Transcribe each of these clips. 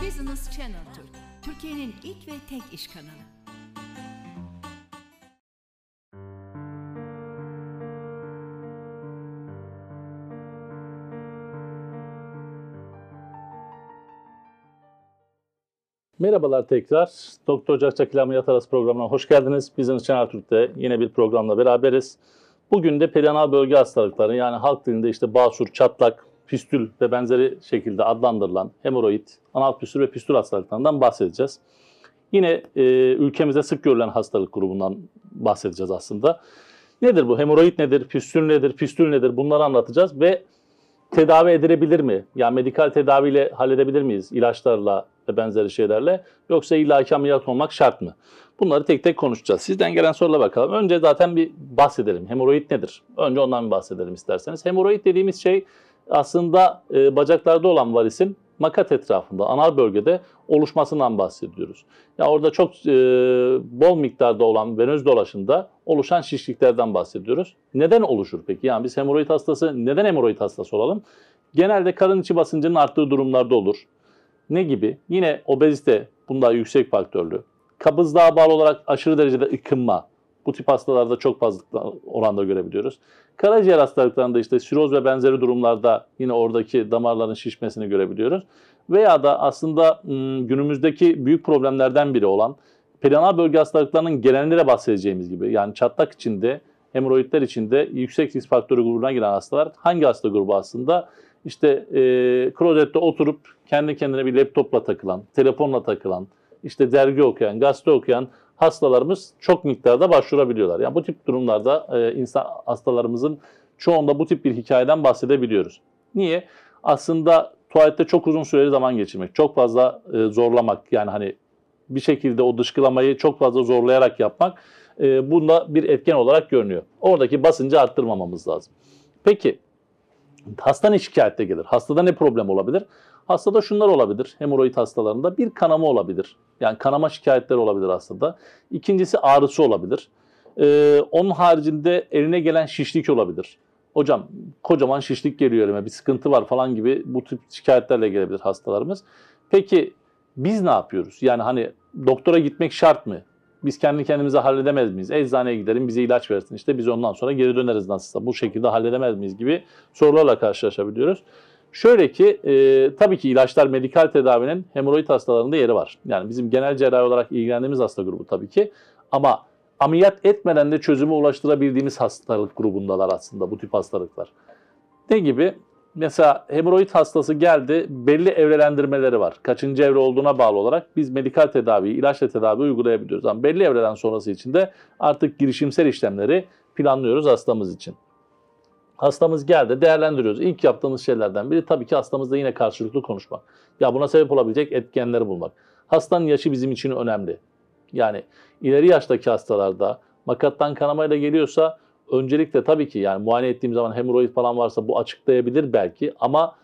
Business Channel Türk, Türkiye'nin ilk ve tek iş kanalı. Merhabalar tekrar. Doktor Cakçak ile Ameliyat Arası programına hoş geldiniz. Business Channel Türk'te yine bir programla beraberiz. Bugün de perianal bölge hastalıkları, yani halk dilinde işte basur, çatlak, püstül ve benzeri şekilde adlandırılan hemoroid, anal püstül ve püstül hastalıklarından bahsedeceğiz. Yine ülkemizde sık görülen hastalık grubundan bahsedeceğiz aslında. Nedir bu? Hemoroid nedir? Püstül nedir? Püstül nedir? Bunları anlatacağız ve tedavi edilebilir mi? Yani medikal tedaviyle halledebilir miyiz? İlaçlarla ve benzeri şeylerle. Yoksa illaki ameliyat olmak şart mı? Bunları tek tek konuşacağız. Sizden gelen sorulara bakalım. Önce zaten bir bahsedelim. Hemoroid nedir? Önce ondan bir bahsedelim isterseniz. Hemoroid dediğimiz şey aslında bacaklarda olan varisin makat etrafında, anal bölgede oluşmasından bahsediyoruz. Ya orada çok bol miktarda olan venöz dolaşımda oluşan şişliklerden bahsediyoruz. Neden oluşur peki? Yani biz hemoroid hastası, neden hemoroid hastası olalım? Genelde karın içi basıncının arttığı durumlarda olur. Ne gibi? Yine obezite, bunda yüksek faktörlü. Kabızlığa bağlı olarak aşırı derecede ıkınma. Bu tip hastalarda çok fazla oranda görebiliyoruz. Karaciğer hastalıklarında işte siroz ve benzeri durumlarda yine oradaki damarların şişmesini görebiliyoruz. Veya da aslında günümüzdeki büyük problemlerden biri olan perianal bölge hastalıklarının genelinde bahsedeceğimiz gibi, yani çatlak içinde, hemoroidler içinde yüksek risk faktörü grubuna giren hastalar hangi hasta grubu aslında? İşte klozette oturup kendi kendine bir laptopla takılan, telefonla takılan, işte dergi okuyan, gazete okuyan hastalarımız çok miktarda başvurabiliyorlar. Yani bu tip durumlarda hastalarımızın çoğunda bu tip bir hikayeden bahsedebiliyoruz. Niye? Aslında tuvalette çok uzun süreli zaman geçirmek, çok fazla zorlamak, yani hani bir şekilde o dışkılamayı çok fazla zorlayarak yapmak bunda bir etken olarak görünüyor. Oradaki basıncı arttırmamamız lazım. Peki hasta ne şikayetle gelir? Hastada ne problem olabilir? Hastada şunlar olabilir. Hemoroid hastalarında bir kanama olabilir. Yani kanama şikayetleri olabilir hastada. İkincisi ağrısı olabilir. Onun haricinde eline gelen şişlik olabilir. Hocam kocaman şişlik geliyor elime, bir sıkıntı var falan gibi bu tip şikayetlerle gelebilir hastalarımız. Peki biz ne yapıyoruz? Yani hani doktora gitmek şart mı? Biz kendi kendimize halledemez miyiz? Eczaneye gidelim, bize ilaç versin, işte biz ondan sonra geri döneriz nasılsa. Bu şekilde halledemez miyiz gibi sorularla karşılaşabiliyoruz. Şöyle ki tabii ki ilaçlar medikal tedavinin hemoroid hastalarında yeri var. Yani bizim genel cerrahi olarak ilgilendiğimiz hasta grubu tabii ki. Ama ameliyat etmeden de çözüme ulaştırabildiğimiz hastalık grubundalar aslında bu tip hastalıklar. Ne gibi? Mesela hemoroid hastası geldi, belli evrelendirmeleri var. Kaçıncı evre olduğuna bağlı olarak biz medikal tedaviyi, ilaçla tedavi uygulayabiliyoruz. Ama belli evreden sonrası için de artık girişimsel işlemleri planlıyoruz hastamız için. Hastamız geldi, değerlendiriyoruz. İlk yaptığımız şeylerden biri tabii ki hastamızla yine karşılıklı konuşmak. Ya buna sebep olabilecek etkenleri bulmak. Hastanın yaşı bizim için önemli. Yani ileri yaştaki hastalarda makattan kanamayla geliyorsa öncelikle tabii ki, yani muayene ettiğim zaman hemoroid falan varsa bu açıklayabilir belki, ama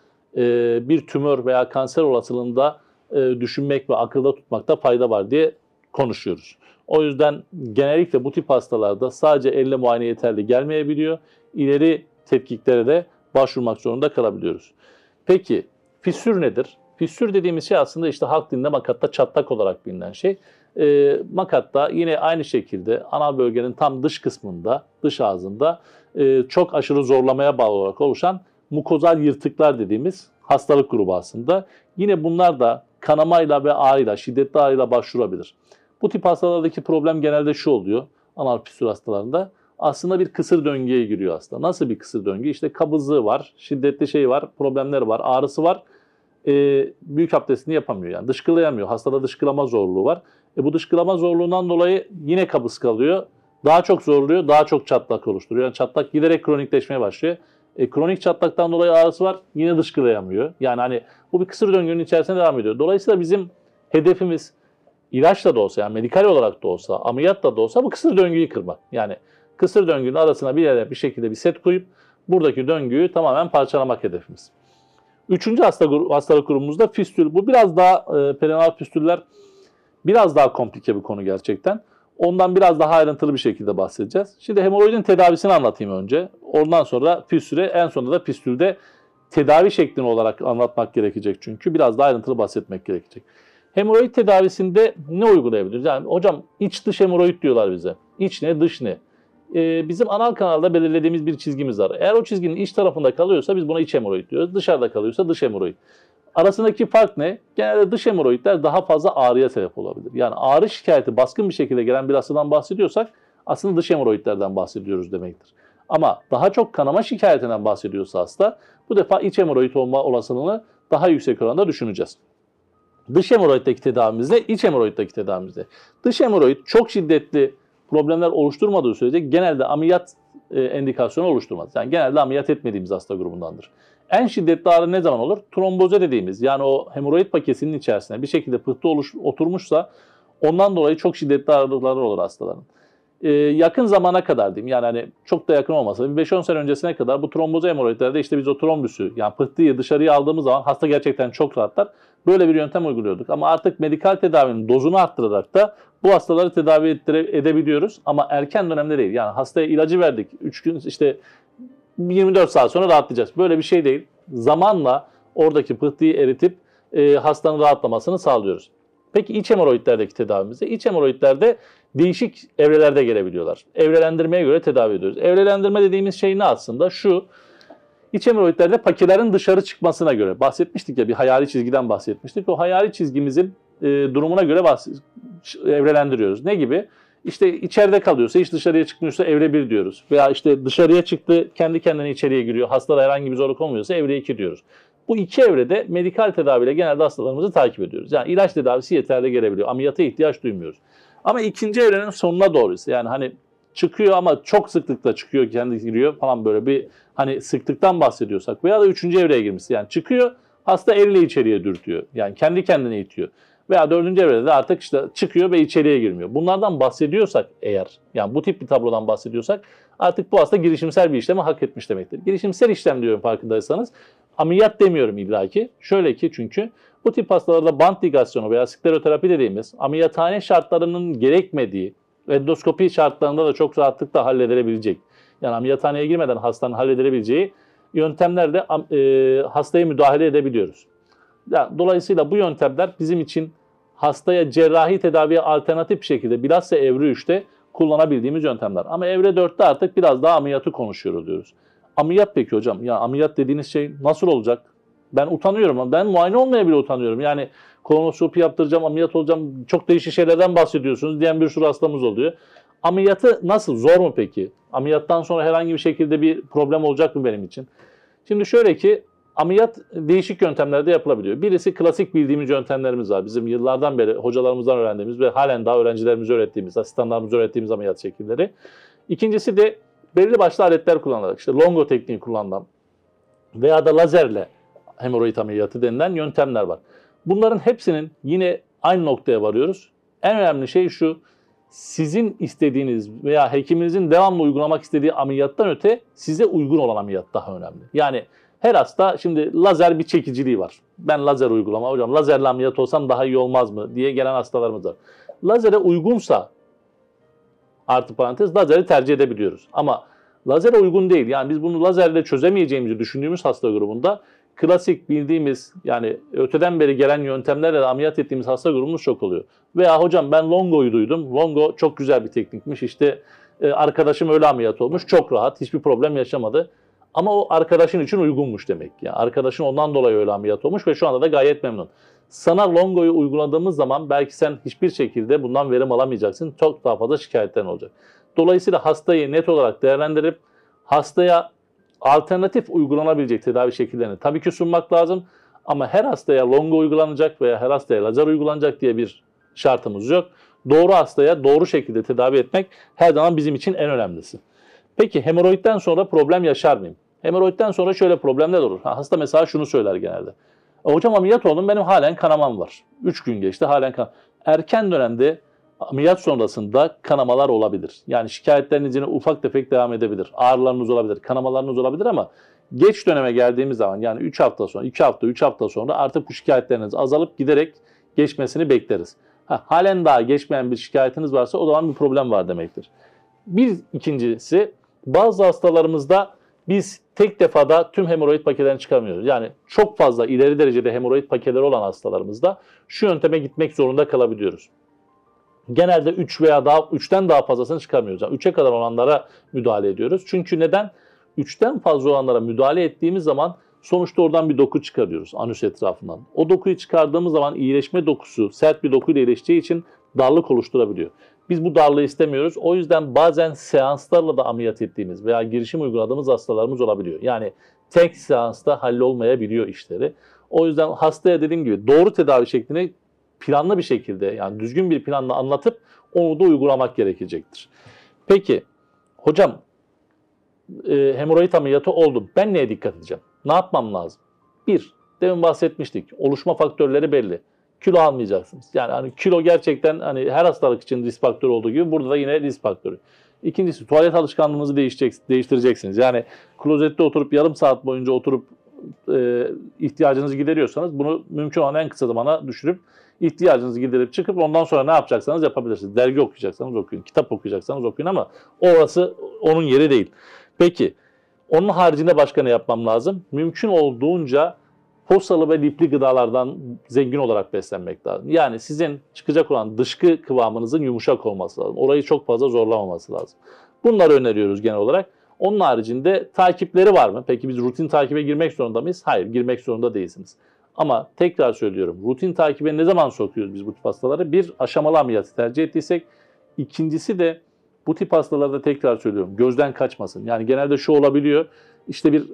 bir tümör veya kanser olasılığında düşünmek ve akılda tutmakta fayda var diye konuşuyoruz. O yüzden genellikle bu tip hastalarda sadece elle muayene yeterli gelmeyebiliyor. İleri tetkiklere de başvurmak zorunda kalabiliyoruz. Peki fissür nedir? Fissür dediğimiz şey aslında işte halk dilinde makatta çatlak olarak bilinen şey. Makatta yine aynı şekilde anal bölgenin tam dış kısmında, dış ağzında çok aşırı zorlamaya bağlı olarak oluşan mukozal yırtıklar dediğimiz hastalık grubu aslında. Yine bunlar da kanamayla ve ağrıyla, şiddetli ağrıyla başvurabilir. Bu tip hastalardaki problem genelde şu oluyor, anal fissür hastalarında. Aslında bir kısır döngüye giriyor hasta. Nasıl bir kısır döngü? İşte kabızlığı var, şiddetli şey var, problemleri var, ağrısı var. Büyük abdestini yapamıyor, yani dışkılayamıyor. Hastada dışkılama zorluğu var. Bu dışkılama zorluğundan dolayı yine kabız kalıyor. Daha çok zorluyor, daha çok çatlak oluşturuyor. Yani çatlak giderek kronikleşmeye başlıyor. Kronik çatlaktan dolayı ağrısı var, yine dışkılayamıyor. Yani hani bu bir kısır döngünün içerisinde devam ediyor. Dolayısıyla bizim hedefimiz ilaçla da olsa, yani medikal olarak da olsa, ameliyatla da olsa bu kısır döngüyü kırmak. Yani kısır döngünün arasına bir yere bir şekilde bir set koyup buradaki döngüyü tamamen parçalamak hedefimiz. Üçüncü hastalık grubumuzda fistül. Bu biraz daha perianal fistüller biraz daha komplike bir konu gerçekten. Ondan biraz daha ayrıntılı bir şekilde bahsedeceğiz. Şimdi hemoroidin tedavisini anlatayım önce. Ondan sonra fistüle, en sonunda da fistülde tedavi şeklini olarak anlatmak gerekecek çünkü. Biraz daha ayrıntılı bahsetmek gerekecek. Hemoroid tedavisinde ne uygulayabiliriz? Yani hocam iç dış hemoroid diyorlar bize. İç ne, dış ne? Bizim anal kanalda belirlediğimiz bir çizgimiz var. Eğer o çizginin iç tarafında kalıyorsa biz buna iç hemoroid diyoruz. Dışarıda kalıyorsa dış hemoroid. Arasındaki fark ne? Genelde dış hemoroidler daha fazla ağrıya sebep olabilir. Yani ağrı şikayeti baskın bir şekilde gelen bir hastadan bahsediyorsak aslında dış hemoroidlerden bahsediyoruz demektir. Ama daha çok kanama şikayetinden bahsediyorsa hasta bu defa iç hemoroid olma olasılığını daha yüksek oranda düşüneceğiz. Dış hemoroiddeki tedavimizde, iç hemoroiddeki tedavimizde. Dış hemoroid çok şiddetli problemler oluşturmadığı sürece genelde ameliyat endikasyonu oluşturmaz. Yani genelde ameliyat etmediğimiz hasta grubundandır. En şiddetli ağrı ne zaman olur? Tromboze dediğimiz, yani o hemoroid paketinin içerisine bir şekilde pıhtı oturmuşsa ondan dolayı çok şiddetli ağrıları olur hastaların. Yakın zamana kadar diyeyim, yani hani çok da yakın olmasa 5-10 sene öncesine kadar bu tromboze hemoroidlerde işte biz o trombüsü, yani pıhtıyı dışarıya aldığımız zaman hasta gerçekten çok rahatlar. Böyle bir yöntem uyguluyorduk. Ama artık medikal tedavinin dozunu arttırarak da bu hastaları tedavi edebiliyoruz. Ama erken dönemde değil. Yani hastaya ilacı verdik. 3 gün işte 24 saat sonra rahatlayacağız. Böyle bir şey değil. Zamanla oradaki pıhtıyı eritip hastanın rahatlamasını sağlıyoruz. Peki iç hemoroidlerdeki tedavimizde? İç hemoroidlerde değişik evrelerde gelebiliyorlar. Evrelendirmeye göre tedavi ediyoruz. Evrelendirme dediğimiz şey ne aslında? Şu, iç hemoroidlerde pakelerin dışarı çıkmasına göre bahsetmiştik ya, bir hayali çizgiden bahsetmiştik. O hayali çizgimizin durumuna göre evrelendiriyoruz. Ne gibi? İşte içeride kalıyorsa, hiç dışarıya çıkmıyorsa evre 1 diyoruz. Veya işte dışarıya çıktı, kendi kendine içeriye giriyor, hastada herhangi bir zorluk olmuyorsa evre 2 diyoruz. Bu iki evrede medikal tedaviyle genelde hastalarımızı takip ediyoruz. Yani ilaç tedavisi yeterli gelebiliyor. Ameliyata ihtiyaç duymuyoruz. Ama ikinci evrenin sonuna doğru ise, yani hani çıkıyor ama çok sıklıkla çıkıyor, kendi giriyor falan, böyle bir hani sıklıktan bahsediyorsak veya da üçüncü evreye girmişse, yani çıkıyor, hasta elle içeriye dürtüyor. Yani kendi kendine itiyor. Veya dördüncü evrede de artık işte çıkıyor ve içeriye girmiyor. Bunlardan bahsediyorsak eğer, yani bu tip bir tablodan bahsediyorsak artık bu hasta girişimsel bir işlemi hak etmiş demektir. Girişimsel işlem diyorum farkındaysanız. Ameliyat demiyorum illaki. Şöyle ki, çünkü bu tip hastalarda bant ligasyonu veya skleroterapi dediğimiz ameliyathane şartlarının gerekmediği, endoskopi şartlarında da çok rahatlıkla halledilebilecek, yani ameliyathaneye girmeden hastanın halledilebileceği yöntemlerle hastaya müdahale edebiliyoruz. Yani dolayısıyla bu yöntemler bizim için hastaya cerrahi tedaviye alternatif bir şekilde bilhassa evre 3'te kullanabildiğimiz yöntemler. Ama evre 4'te artık biraz daha ameliyatı konuşuyoruz diyoruz. Ameliyat peki hocam? Ya ameliyat dediğiniz şey nasıl olacak? Ben utanıyorum. Ben muayene olmaya bile utanıyorum. Yani kolonoskopi yaptıracağım, ameliyat olacağım, çok değişik şeylerden bahsediyorsunuz diyen bir sürü hastamız oluyor. Ameliyatı nasıl? Zor mu peki? Ameliyattan sonra herhangi bir şekilde bir problem olacak mı benim için? Şimdi şöyle ki, ameliyat değişik yöntemlerde yapılabiliyor. Birisi klasik bildiğimiz yöntemlerimiz var. Bizim yıllardan beri hocalarımızdan öğrendiğimiz ve halen daha öğrencilerimize öğrettiğimiz, asistanlarımıza öğrettiğimiz ameliyat şekilleri. İkincisi de belli başlı aletler kullanılarak, işte longo tekniği kullanılan veya da lazerle hemoroid ameliyatı denilen yöntemler var. Bunların hepsinin yine aynı noktaya varıyoruz. En önemli şey şu: sizin istediğiniz veya hekiminizin devamlı uygulamak istediği ameliyattan öte size uygun olan ameliyat daha önemli. Yani her hasta, şimdi lazer bir çekiciliği var. Ben lazer uygulama, hocam lazerle ameliyat olsam daha iyi olmaz mı diye gelen hastalarımız var. Lazere uygunsa, artı parantez, lazeri tercih edebiliyoruz. Ama lazere uygun değil, yani biz bunu lazerle çözemeyeceğimizi düşündüğümüz hasta grubunda klasik bildiğimiz, yani öteden beri gelen yöntemlerle de ameliyat ettiğimiz hasta grubumuz çok oluyor. Veya hocam ben longoyu duydum. Longo çok güzel bir teknikmiş. İşte arkadaşım öyle ameliyat olmuş. Çok rahat, hiçbir problem yaşamadı. Ama o arkadaşın için uygunmuş demek. Yani arkadaşın ondan dolayı öyle ameliyat olmuş ve şu anda da gayet memnun. Sana longoyu uyguladığımız zaman belki sen hiçbir şekilde bundan verim alamayacaksın. Çok daha fazla şikayetlerin olacak. Dolayısıyla hastayı net olarak değerlendirip hastaya alternatif uygulanabilecek tedavi şekillerini tabii ki sunmak lazım. Ama her hastaya longo uygulanacak veya her hastaya lazer uygulanacak diye bir şartımız yok. Doğru hastaya doğru şekilde tedavi etmek her zaman bizim için en önemlisi. Peki hemoroidden sonra problem yaşar mıyım? Hemoroidden sonra şöyle problemler olur. Hasta mesela şunu söyler genelde. Hocam ameliyat oldum, benim halen kanamam var. 3 gün geçti, halen kanamam. Erken dönemde ameliyat sonrasında kanamalar olabilir. Yani şikayetleriniz yine ufak tefek devam edebilir. Ağrılarınız olabilir, kanamalarınız olabilir ama geç döneme geldiğimiz zaman, yani 3 hafta sonra, 2 hafta, 3 hafta sonra artık bu şikayetleriniz azalıp giderek geçmesini bekleriz. Halen daha geçmeyen bir şikayetiniz varsa o zaman bir problem var demektir. Bir ikincisi, bazı hastalarımızda biz tek defada tüm hemoroid paketlerini çıkarmıyoruz. Yani çok fazla ileri derecede hemoroid pakeleri olan hastalarımızda şu yönteme gitmek zorunda kalabiliyoruz. Genelde 3 veya 3'ten daha fazlasını çıkarmıyoruz. Yani 3'e kadar olanlara müdahale ediyoruz. Çünkü neden? 3'ten fazla olanlara müdahale ettiğimiz zaman sonuçta oradan bir doku çıkarıyoruz anüs etrafından. O dokuyu çıkardığımız zaman iyileşme dokusu sert bir dokuyla iyileşeceği için darlık oluşturabiliyor. Biz bu darlığı istemiyoruz. O yüzden bazen seanslarla da ameliyat ettiğimiz veya girişim uyguladığımız hastalarımız olabiliyor. Yani tek seansta hallolmayabiliyor işleri. O yüzden hastaya dediğim gibi doğru tedavi şeklini planlı bir şekilde, yani düzgün bir planla anlatıp onu da uygulamak gerekecektir. Peki hocam, hemoroid ameliyatı oldum. Ben neye dikkat edeceğim? Ne yapmam lazım? Bir, demin bahsetmiştik. Oluşma faktörleri belli. Kilo almayacaksınız. Yani hani kilo gerçekten hani her hastalık için risk faktörü olduğu gibi burada da yine risk faktörü. İkincisi, tuvalet alışkanlığınızı değiştireceksiniz. Yani klozette oturup yarım saat boyunca oturup ihtiyacınızı gideriyorsanız bunu mümkün olan en kısa zamana düşürüp ihtiyacınızı giderip çıkıp ondan sonra ne yapacaksanız yapabilirsiniz. Dergi okuyacaksanız okuyun, kitap okuyacaksanız okuyun ama orası onun yeri değil. Peki onun haricinde başka ne yapmam lazım? Mümkün olduğunca posalı ve lipli gıdalardan zengin olarak beslenmek lazım. Yani sizin çıkacak olan dışkı kıvamınızın yumuşak olması lazım. Orayı çok fazla zorlamaması lazım. Bunları öneriyoruz genel olarak. Onun haricinde takipleri var mı? Peki biz rutin takibe girmek zorunda mıyız? Hayır, girmek zorunda değilsiniz. Ama tekrar söylüyorum, rutin takibe ne zaman sokuyoruz biz bu tip hastaları? Bir, aşamalı ameliyatı tercih ettiysek. İkincisi de bu tip hastalarda tekrar söylüyorum, gözden kaçmasın. Yani genelde şu olabiliyor, işte bir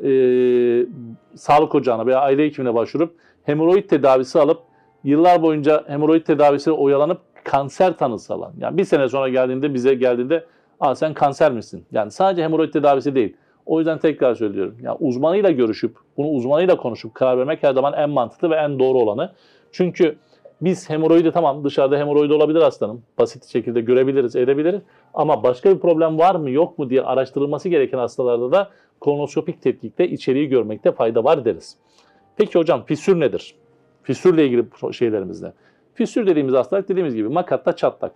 sağlık ocağına veya aile hekimine başvurup hemoroid tedavisi alıp yıllar boyunca hemoroid tedavisiyle oyalanıp kanser tanısı alan. Yani bir sene sonra bize geldiğinde sen kanser misin? Yani sadece hemoroid tedavisi değil. O yüzden tekrar söylüyorum. Yani uzmanıyla görüşüp, bunu uzmanıyla konuşup karar vermek her zaman en mantıklı ve en doğru olanı. Çünkü biz hemoroidi, tamam, dışarıda hemoroidi olabilir hastanın. Basit şekilde görebiliriz, edebiliriz. Ama başka bir problem var mı yok mu diye araştırılması gereken hastalarda da kolonoskopik tetkikte içeriği görmekte fayda var deriz. Peki hocam, fissür nedir? Fissürle ilgili şeylerimiz ne? Fissür dediğimiz hastalık dediğimiz gibi makatta çatlak.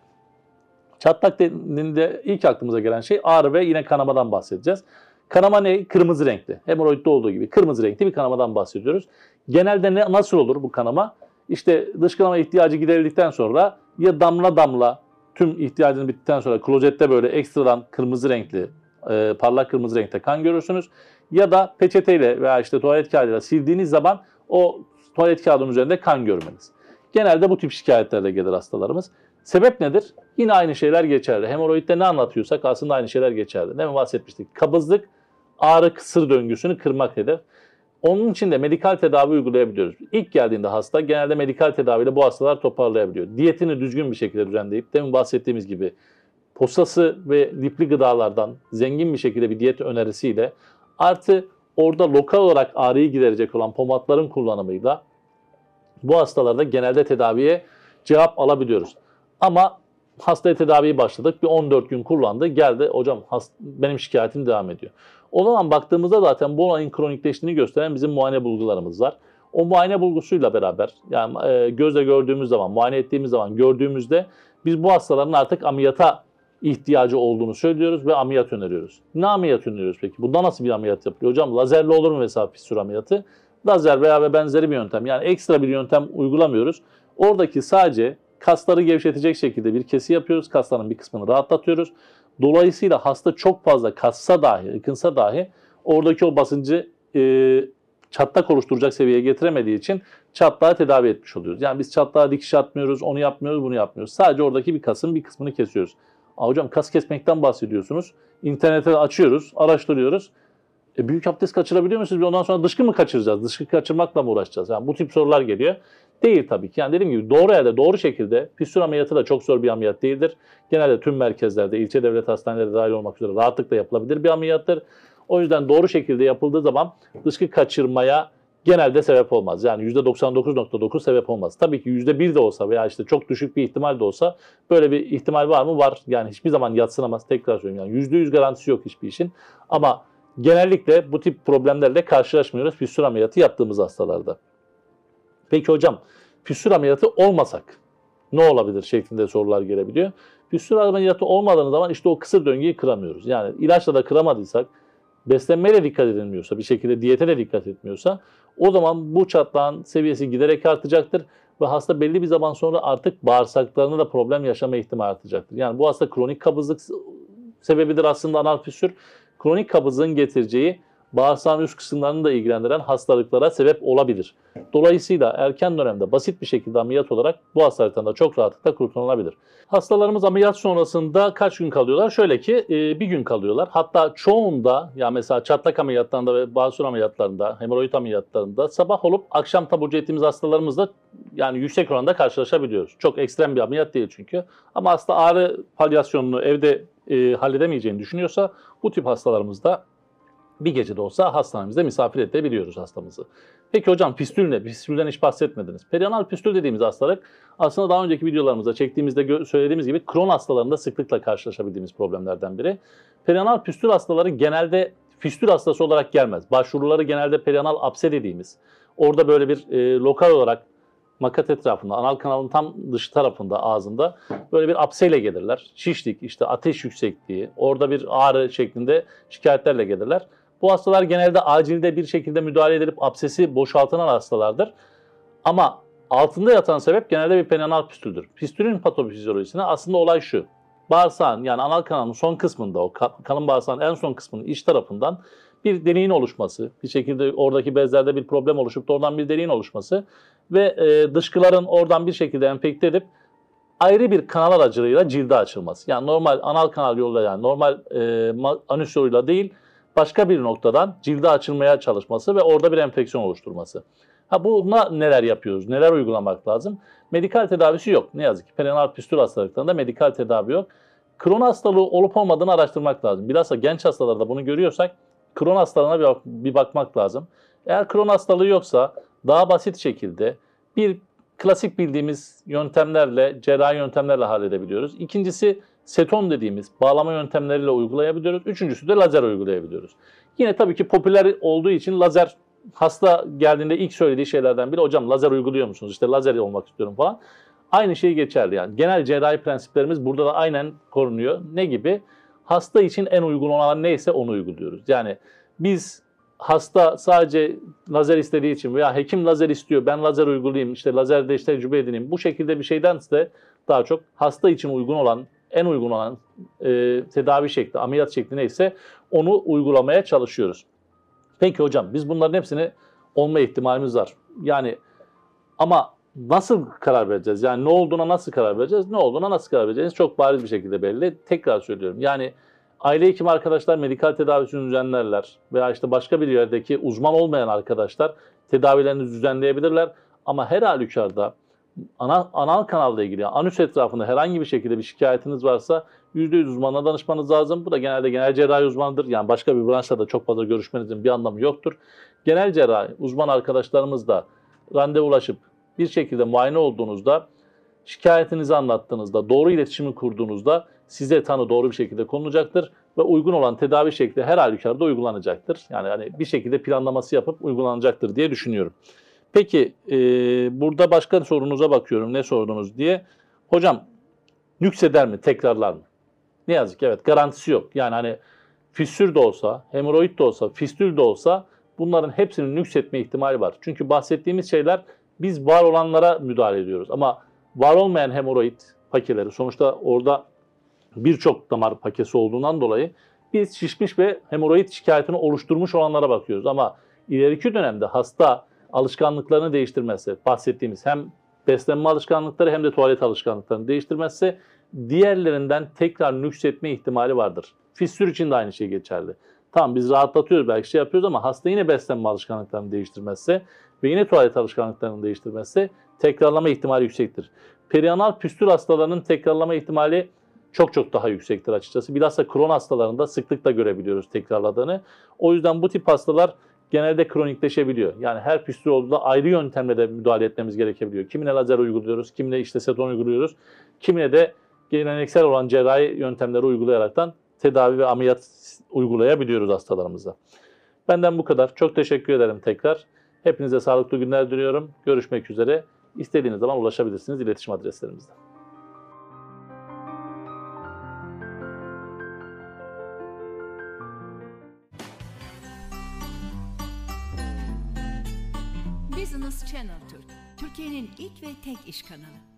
Çatlak dediğinde ilk aklımıza gelen şey ağrı ve yine kanamadan bahsedeceğiz. Kanama ne? Kırmızı renkli. Hemoroidde olduğu gibi kırmızı renkli bir kanamadan bahsediyoruz. Genelde nasıl olur bu kanama? İşte dışkılama ihtiyacı giderildikten sonra ya damla damla tüm ihtiyacınız bittikten sonra klozette böyle ekstradan kırmızı renkli, parlak kırmızı renkte kan görürsünüz. Ya da peçeteyle veya işte tuvalet kağıdıyla sildiğiniz zaman o tuvalet kağıdının üzerinde kan görmeniz. Genelde bu tip şikayetlerle gelir hastalarımız. Sebep nedir? Yine aynı şeyler geçerli. Hemoroidde ne anlatıyorsak aslında aynı şeyler geçerli. Değil mi? Bahsetmiştik. Kabızlık, ağrı kısır döngüsünü kırmak hedef. Onun için de medikal tedavi uygulayabiliyoruz. İlk geldiğinde hasta genelde medikal tedaviyle bu hastalar toparlayabiliyor. Diyetini düzgün bir şekilde düzenleyip demin bahsettiğimiz gibi posası ve lipli gıdalardan zengin bir şekilde bir diyet önerisiyle artı orada lokal olarak ağrıyı giderecek olan pomatların kullanımıyla bu hastalarda genelde tedaviye cevap alabiliyoruz. Ama hastaya tedaviyi başladık. Bir 14 gün kullandı. Geldi, hocam benim şikayetim devam ediyor. O zaman baktığımızda zaten bu olayın kronikleştiğini gösteren bizim muayene bulgularımız var. O muayene bulgusuyla beraber yani gözle gördüğümüz zaman, muayene ettiğimiz zaman gördüğümüzde biz bu hastaların artık ameliyata ihtiyacı olduğunu söylüyoruz ve ameliyat öneriyoruz. Ne ameliyat öneriyoruz peki? Bunda nasıl bir ameliyat yapılıyor? Hocam lazerle olur mu mesela fissür ameliyatı? Lazer veya benzeri bir yöntem, yani ekstra bir yöntem uygulamıyoruz. Oradaki sadece kasları gevşetecek şekilde bir kesi yapıyoruz. Kasların bir kısmını rahatlatıyoruz. Dolayısıyla hasta çok fazla kassa dahi, ıkınsa dahi oradaki o basıncı çatlak oluşturacak seviyeye getiremediği için çatlağı tedavi etmiş oluyoruz. Yani biz çatlağa dikiş atmıyoruz, onu yapmıyoruz, bunu yapmıyoruz. Sadece oradaki bir kasın bir kısmını kesiyoruz. Hocam kas kesmekten bahsediyorsunuz. İnternete açıyoruz, araştırıyoruz. Büyük abdest kaçırabiliyor musunuz? Ondan sonra dışkı mı kaçıracağız? Dışkı kaçırmakla mı uğraşacağız? Yani bu tip sorular geliyor. Değil tabii ki. Yani dediğim gibi doğru yerde, doğru şekilde fissür ameliyatı da çok zor bir ameliyat değildir. Genelde tüm merkezlerde, ilçe devlet hastaneleri dahil olmak üzere rahatlıkla yapılabilir bir ameliyattır. O yüzden doğru şekilde yapıldığı zaman dışkı kaçırmaya genelde sebep olmaz. Yani %99.9 sebep olmaz. Tabii ki %1 de olsa veya işte çok düşük bir ihtimal de olsa böyle bir ihtimal var mı? Var. Yani hiçbir zaman yadsınamaz. Tekrar söylüyorum. Yani %100 garantisi yok hiçbir işin. Ama genellikle bu tip problemlerle karşılaşmıyoruz fissür ameliyatı yaptığımız hastalarda. Peki hocam, fissür ameliyatı olmasak ne olabilir şeklinde sorular gelebiliyor. Fissür ameliyatı olmadığınız zaman işte o kısır döngüyü kıramıyoruz. Yani ilaçla da kıramadıysak beslenmeye dikkat edilmiyorsa, bir şekilde diyete de dikkat etmiyorsa o zaman bu çatlağın seviyesi giderek artacaktır ve hasta belli bir zaman sonra artık bağırsaklarında da problem yaşama ihtimali artacaktır. Yani bu hasta kronik kabızlık sebebidir aslında anal fissür. Kronik kabızlığın getireceği bağırsağın üst kısımlarını da ilgilendiren hastalıklara sebep olabilir. Dolayısıyla erken dönemde basit bir şekilde ameliyat olarak bu hastalıktan da çok rahatlıkla kurtulunabilir. Hastalarımız ameliyat sonrasında kaç gün kalıyorlar? Şöyle ki bir gün kalıyorlar. Hatta çoğunda ya mesela çatlak ameliyatlarında ve basur ameliyatlarında, hemoroid ameliyatlarında sabah olup akşam taburcu ettiğimiz hastalarımızla yani yüksek oranda karşılaşabiliyoruz. Çok ekstrem bir ameliyat değil çünkü. Ama hasta ağrı palyasyonunu evde halledemeyeceğini düşünüyorsa bu tip hastalarımızda bir gece de olsa hastanemizde misafir edebiliyoruz hastamızı. Peki hocam fistül ne? Fistülden hiç bahsetmediniz. Perianal püstül dediğimiz hastalık aslında daha önceki videolarımızda çektiğimizde söylediğimiz gibi Crohn hastalarında sıklıkla karşılaşabildiğimiz problemlerden biri. Perianal püstül hastaları genelde fistül hastası olarak gelmez. Başvuruları genelde perianal apse dediğimiz. Orada böyle bir lokal olarak makat etrafında, anal kanalın tam dışı tarafında ağzında böyle bir apseyle gelirler. Şişlik, işte ateş yüksekliği, orada bir ağrı şeklinde şikayetlerle gelirler. Bu hastalar genelde acilde bir şekilde müdahale edilip absesi boşaltılan hastalardır. Ama altında yatan sebep genelde bir perianal püstüldür. Püstülün patofizyolojisine aslında olay şu. Bağırsağın yani anal kanalın son kısmında o kalın bağırsağın en son kısmının iç tarafından bir deliğin oluşması, bir şekilde oradaki bezlerde bir problem oluşup da oradan bir deliğin oluşması ve dışkıların oradan bir şekilde enfekte edip ayrı bir kanal aracılığıyla cilde açılması. Yani normal anal kanal yoluyla yani normal anüs yoluyla değil başka bir noktadan cilde açılmaya çalışması ve orada bir enfeksiyon oluşturması. Buna neler yapıyoruz? Neler uygulamak lazım? Medikal tedavisi yok. Ne yazık ki perianal püstül hastalıklarında medikal tedavi yok. Crohn hastalığı olup olmadığını araştırmak lazım. Bilhassa genç hastalarda bunu görüyorsak Crohn hastalığına bir bakmak lazım. Eğer Crohn hastalığı yoksa daha basit şekilde bir klasik bildiğimiz yöntemlerle, cerrahi yöntemlerle halledebiliyoruz. İkincisi seton dediğimiz bağlama yöntemleriyle uygulayabiliyoruz. Üçüncüsü de lazer uygulayabiliyoruz. Yine tabii ki popüler olduğu için lazer hasta geldiğinde ilk söylediği şeylerden biri hocam lazer uyguluyor musunuz? İşte lazer olmak istiyorum falan. Aynı şey geçerli yani. Genel cerrahi prensiplerimiz burada da aynen korunuyor. Ne gibi? Hasta için en uygun olan neyse onu uyguluyoruz. Yani biz hasta sadece lazer istediği için veya hekim lazer istiyor ben lazer uygulayayım işte lazerde işte tecrübe edineyim bu şekilde bir şeydense daha çok hasta için uygun olan en uygun olan tedavi şekli ameliyat şekli neyse onu uygulamaya çalışıyoruz. Peki hocam biz bunların hepsini olma ihtimalimiz var. Yani ama nasıl karar vereceğiz? Yani ne olduğuna nasıl karar vereceğiz? Ne olduğuna nasıl karar vereceğiz? Çok bariz bir şekilde belli. Tekrar söylüyorum. Yani aile hekimi arkadaşlar medikal tedavisini düzenlerler veya işte başka bir yerdeki uzman olmayan arkadaşlar tedavilerini düzenleyebilirler. Ama her halükarda anal kanalla ilgili yani anüs etrafında herhangi bir şekilde bir şikayetiniz varsa %100 uzmanına danışmanız lazım. Bu da genelde genel cerrahi uzmanıdır. Yani başka bir branşla da çok fazla görüşmenizin bir anlamı yoktur. Genel cerrahi uzman arkadaşlarımızla randevulaşıp bir şekilde muayene olduğunuzda şikayetinizi anlattığınızda, doğru iletişimi kurduğunuzda size tanı doğru bir şekilde konulacaktır ve uygun olan tedavi şekli her halükarda uygulanacaktır. Yani hani bir şekilde planlaması yapıp uygulanacaktır diye düşünüyorum. Peki burada başka sorunuza bakıyorum ne sordunuz diye. Hocam nükseder mi, tekrarlar mı? Ne yazık ki evet garantisi yok. Yani hani fissür de olsa, hemoroid de olsa, fistül de olsa bunların hepsinin nüksetme ihtimali var. Çünkü bahsettiğimiz şeyler biz var olanlara müdahale ediyoruz. Ama var olmayan hemoroid pakeleri sonuçta orada birçok damar pakesi olduğundan dolayı biz şişmiş ve hemoroid şikayetini oluşturmuş olanlara bakıyoruz. Ama ileriki dönemde hasta alışkanlıklarını değiştirmezse, bahsettiğimiz hem beslenme alışkanlıkları hem de tuvalet alışkanlıklarını değiştirmezse diğerlerinden tekrar nüksetme ihtimali vardır. Fistür için de aynı şey geçerli. Tamam biz rahatlatıyoruz belki şey yapıyoruz ama hasta yine beslenme alışkanlıklarını değiştirmezse ve yine tuvalet alışkanlıklarını değiştirmezse tekrarlama ihtimali yüksektir. Perianal püstül hastalarının tekrarlama ihtimali çok çok daha yüksektir açıkçası. Bilhassa Crohn hastalarında sıklıkla görebiliyoruz tekrarladığını. O yüzden bu tip hastalar genelde kronikleşebiliyor. Yani her püstül olduğunda ayrı yöntemle de müdahale etmemiz gerekebiliyor. Kimine lazer uyguluyoruz, kimine işte seton uyguluyoruz, kimine de geleneksel olan cerrahi yöntemleri uygulayaraktan tedavi ve ameliyat uygulayabiliyoruz hastalarımıza. Benden bu kadar. Çok teşekkür ederim tekrar. Hepinize sağlıklı günler diliyorum. Görüşmek üzere. İstediğiniz zaman ulaşabilirsiniz iletişim adreslerimizden. Business Channel Türk, Türkiye'nin ilk ve tek iş kanalı.